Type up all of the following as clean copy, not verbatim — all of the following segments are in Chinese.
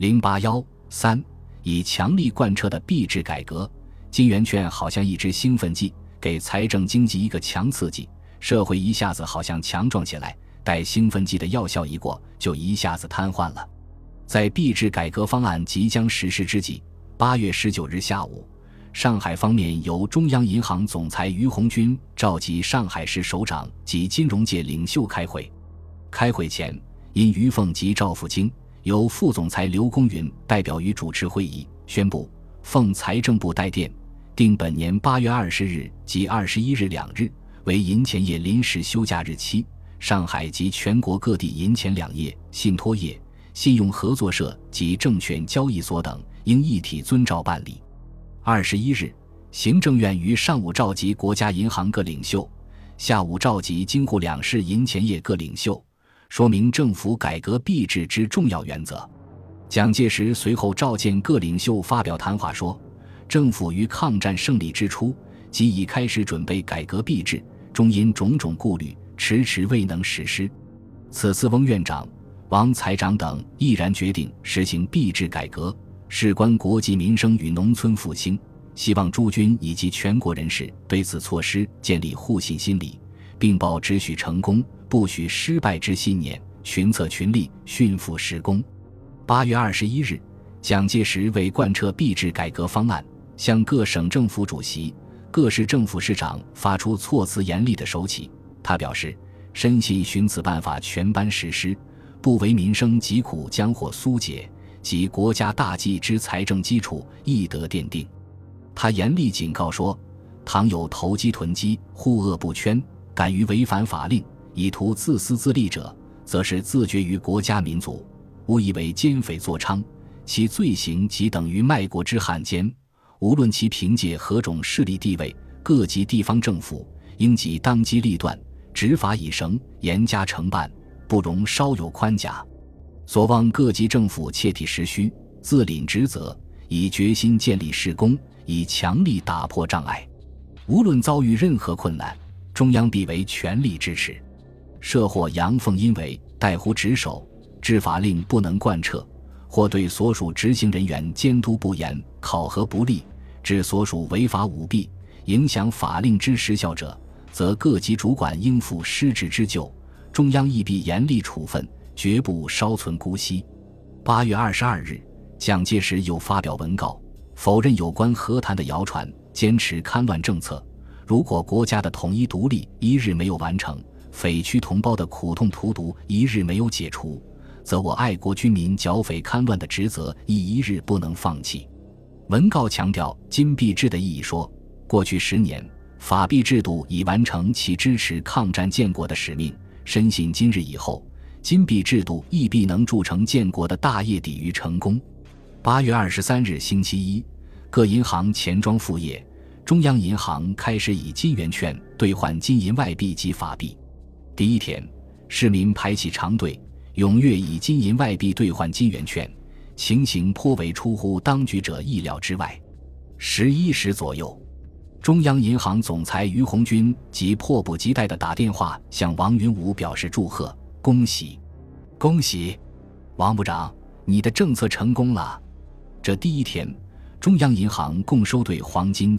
081-3以强力贯彻的币制改革，金圆券好像一支兴奋剂，给财政经济一个强刺激，社会一下子好像强壮起来，待兴奋剂的药效一过，就一下子瘫痪了。在币制改革方案即将实施之际，8月19日下午，上海方面由中央银行总裁于鸿钧召集上海市首长及金融界领袖开会。开会前，因于凤及赵富京，由副总裁刘公云代表于主持会议，宣布奉财政部代电，定本年8月20日及21日2日为银钱业临时休假日期，上海及全国各地银钱两业、信托业、信用合作社及证券交易所等应一体遵照办理。21日，行政院于上午召集国家银行各领袖，下午召集京沪两市银钱业各领袖，说明政府改革币制之重要原则。蒋介石随后召见各领袖发表谈话说，政府于抗战胜利之初即已开始准备改革币制，终因种种顾虑迟迟未能实施。此次翁院长、王财长等毅然决定实行币制改革，事关国计民生与农村复兴，希望诸君以及全国人士对此措施建立互信心理，并抱只许成功不许失败之信念，群策群力，迅速实功。8月21日，蒋介石为贯彻币制改革方案，向各省政府主席、各市政府市长发出措辞严厉的手启。他表示，深信循此办法全班实施，不为民生疾苦将获疏解，及国家大计之财政基础亦得奠定。他严厉警告说，倘有投机囤积、护恶不圈，敢于违反法令，以图自私自利者，则是自绝于国家民族，无疑为奸匪作娼，其罪行即等于卖国之汉奸。无论其凭借何种势力地位，各级地方政府应即当机立断，执法以绳，严加惩办，不容稍有宽假。所望各级政府切体实需，自领职责，以决心建立事功，以强力打破障碍。无论遭遇任何困难，中央必为全力支持。涉获阳奉阴违、怠忽职守、治法令不能贯彻，或对所属执行人员监督不严、考核不力，致所属违法舞弊，影响法令之实效者，则各级主管应负失职之咎，中央亦必严厉处分，绝不稍存姑息。8月22日，蒋介石又发表文告，否认有关和谈的谣传，坚持戡乱政策。如果国家的统一独立一日没有完成，匪区同胞的苦痛荼毒一日没有解除，则我爱国军民剿匪戡乱的职责亦一日不能放弃。文告强调金币制的意义说，过去10年，法币制度已完成其支持抗战建国的使命，深信今日以后，金币制度亦必能铸成建国的大业抵于成功。8月23日星期一，各银行钱庄复业，中央银行开始以金圆券兑换金银外币及法币。第一天，市民排起长队，踊跃以金银外币兑换金圆券，情形颇为出乎当局者意料之外。11时左右，中央银行总裁于鸿钧即迫不及待地打电话向王云武表示祝贺，恭喜恭喜，王部长，你的政策成功了。这第一天，中央银行共收兑黄金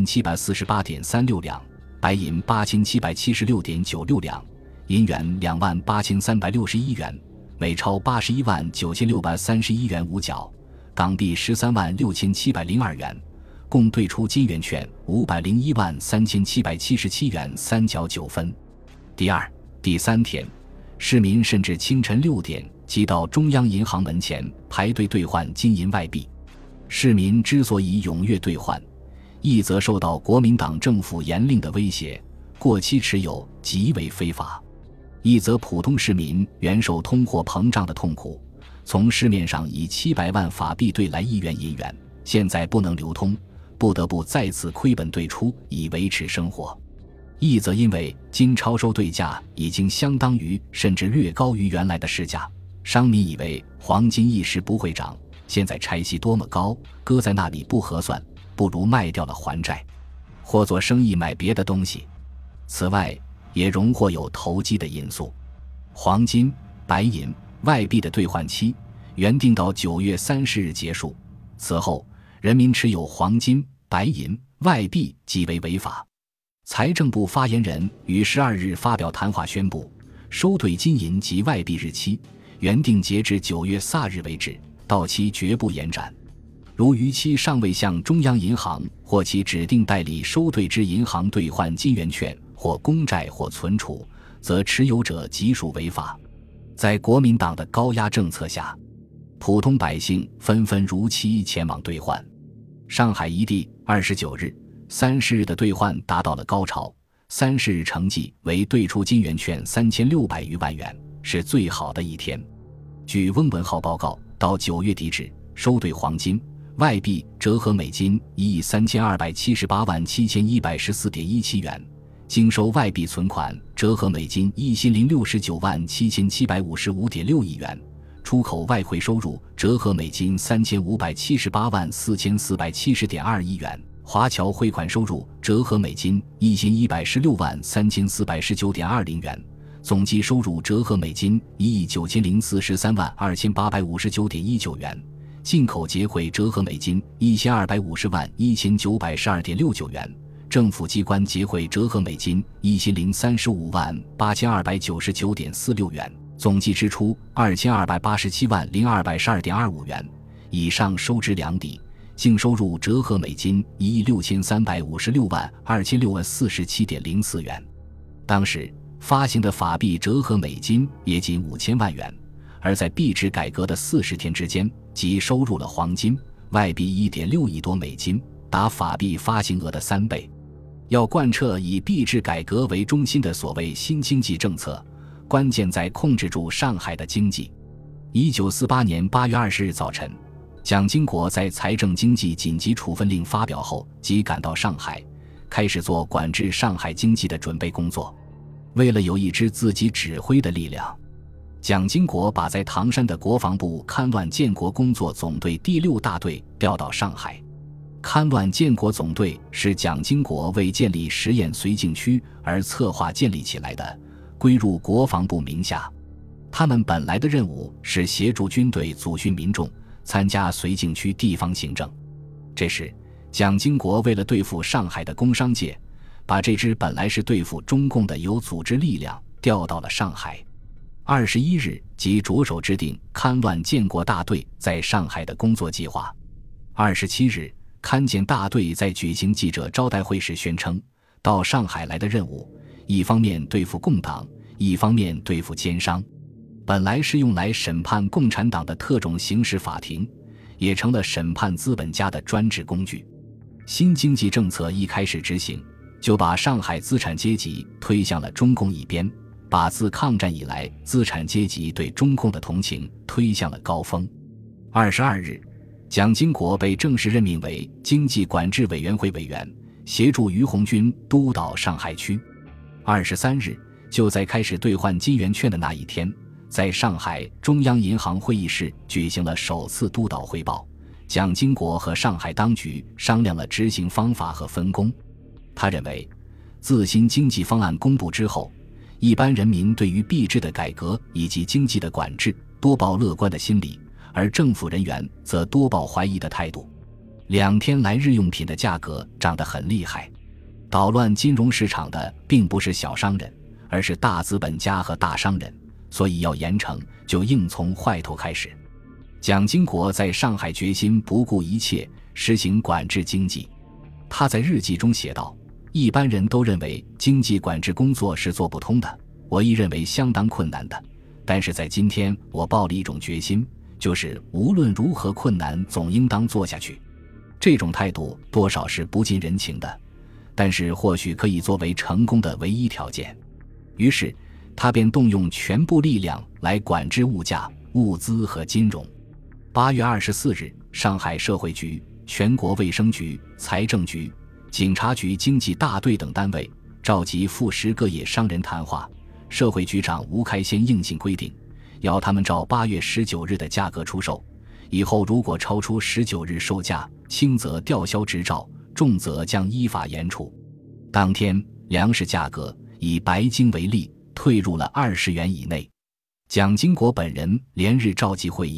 7748.36两，白银8776.96两，银元28361元，美钞819631元5角，港币136702元，共兑出金圆券5013777元3角9分。第二、第三天，市民甚至清晨6点即到中央银行门前排队兑换金银外币。市民之所以踊跃兑换，一则受到国民党政府严令的威胁，过期持有极为非法；一则普通市民原受通货膨胀的痛苦，从市面上以700万法币兑来1元银元，现在不能流通，不得不再次亏本兑出以维持生活；一则因为金超收兑价已经相当于甚至略高于原来的市价，商民以为黄金一时不会涨，现在拆息多么高，搁在那里不合算，不如卖掉了还债，或做生意买别的东西。此外，也容或有投机的因素。黄金、白银、外币的兑换期原定到9月30日结束。此后，人民持有黄金、白银、外币即为违法。财政部发言人于12日发表谈话宣布，收兑金银及外币日期原定截至9月4日为止，到期绝不延展。如逾期尚未向中央银行或其指定代理收兑之银行兑换金圆券或公债或存储，则持有者即属违法。在国民党的高压政策下，普通百姓纷纷如期前往兑换。上海一地29日、30日的兑换达到了高潮，30日成绩为兑出金圆券3600余万元，是最好的一天。据翁文浩报告，到9月底止，收兑黄金、外币折合美金132787114.17元，经收外币存款折合美金1,0697755.6亿元，出口外汇收入折合美金3,5784470.2亿元，华侨汇款收入折合美金1,1163419.20元，总计收入折合美金1亿9043万2859.19元，进口结汇折合美金1250万1912.69元，政府机关结汇折合美金1035万8299.46元，总计支出2287万0212.25元。以上收支两抵，净收入折合美金16356万2647.04元。当时发行的法币折合美金也仅5000万元，而在币制改革的40天之间，即收入了黄金、外币 1.6 亿多美金，达法币发行额的3倍。要贯彻以币制改革为中心的所谓新经济政策，关键在控制住上海的经济。1948年8月20日早晨，蒋经国在财政经济紧急处分令发表后即赶到上海，开始做管制上海经济的准备工作。为了有一支自己指挥的力量，蒋经国把在唐山的国防部戡乱建国工作总队第6大队调到上海。戡乱建国总队是蒋经国为建立实验绥靖区而策划建立起来的，归入国防部名下。他们本来的任务是协助军队组训民众，参加绥靖区地方行政。这时，蒋经国为了对付上海的工商界，把这支本来是对付中共的有组织力量调到了上海。21日即着手制定戡乱建国大队在上海的工作计划。27日，戡建大队在举行记者招待会时宣称，到上海来的任务，一方面对付共党，一方面对付奸商。本来是用来审判共产党的特种刑事法庭，也成了审判资本家的专制工具。新经济政策一开始执行，就把上海资产阶级推向了中共一边，把自抗战以来资产阶级对中共的同情推向了高峰。22日，蒋经国被正式任命为经济管制委员会委员，协助于鸿钧督导上海区。23日，就在开始兑换金圆券的那一天，在上海中央银行会议室举行了首次督导汇报，蒋经国和上海当局商量了执行方法和分工。他认为，自新经济方案公布之后，一般人民对于币制的改革以及经济的管制多抱乐观的心理，而政府人员则多抱怀疑的态度。2天来日用品的价格涨得很厉害，捣乱金融市场的并不是小商人，而是大资本家和大商人，所以要严惩就硬从坏头开始。蒋经国在上海决心不顾一切实行管制经济。他在日记中写道，一般人都认为经济管制工作是做不通的，我亦认为相当困难的，但是在今天我抱了一种决心，就是无论如何困难总应当做下去。这种态度多少是不近人情的，但是或许可以作为成功的唯一条件。于是他便动用全部力量来管制物价、物资和金融。8月24日，上海社会局、全国卫生局、财政局、警察局经济大队等单位召集副食各业商人谈话，社会局长吴开先硬性规定，要他们照8月19日的价格出售，以后如果超出19日售价，轻则吊销执照，重则将依法严处。当天粮食价格以白金为例，退入了20元以内。蒋经国本人连日召集会议，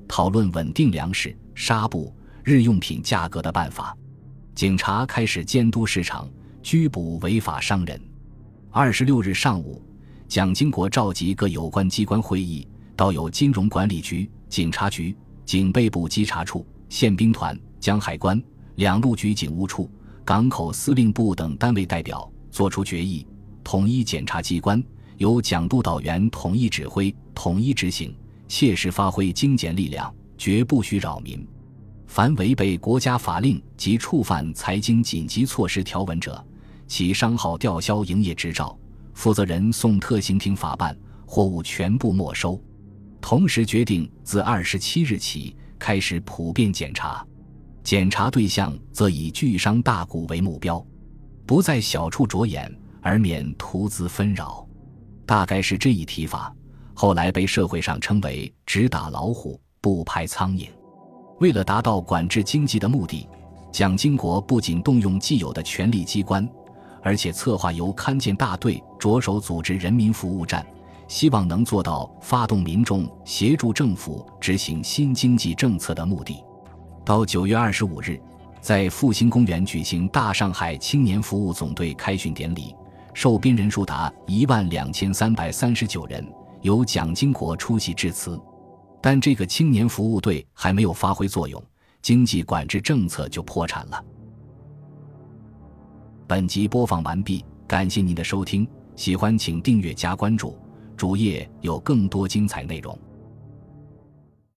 讨论稳定粮食、纱布、日用品价格的办法。警察开始监督市场，拘捕违法商人。26日上午，蒋经国召集各有关机关会议，到有金融管理局、警察局、警备部稽查处、宪兵团、江海关、两路局警务处、港口司令部等单位代表作出决议，统一检察机关，由蒋督导员统一指挥、统一执行，切实发挥精简力量，绝不许扰民。凡违背国家法令及触犯财经紧急措施条文者，其商号吊销营业执照，负责人送特刑庭法办，货物全部没收。同时决定自27日起开始普遍检查，检查对象则以巨商大贾为目标，不在小处着眼，而免徒资纷扰。大概是这一提法，后来被社会上称为只打老虎不拍苍蝇。为了达到管制经济的目的，蒋经国不仅动用既有的权力机关，而且策划由勘检大队着手组织人民服务站，希望能做到发动民众协助政府执行新经济政策的目的。到9月25日，在复兴公园举行大上海青年服务总队开训典礼，受编人数达12339人，由蒋经国出席致辞。但这个青年服务队还没有发挥作用，经济管制政策就破产了。本集播放完毕，感谢您的收听，喜欢请订阅加关注，主页有更多精彩内容。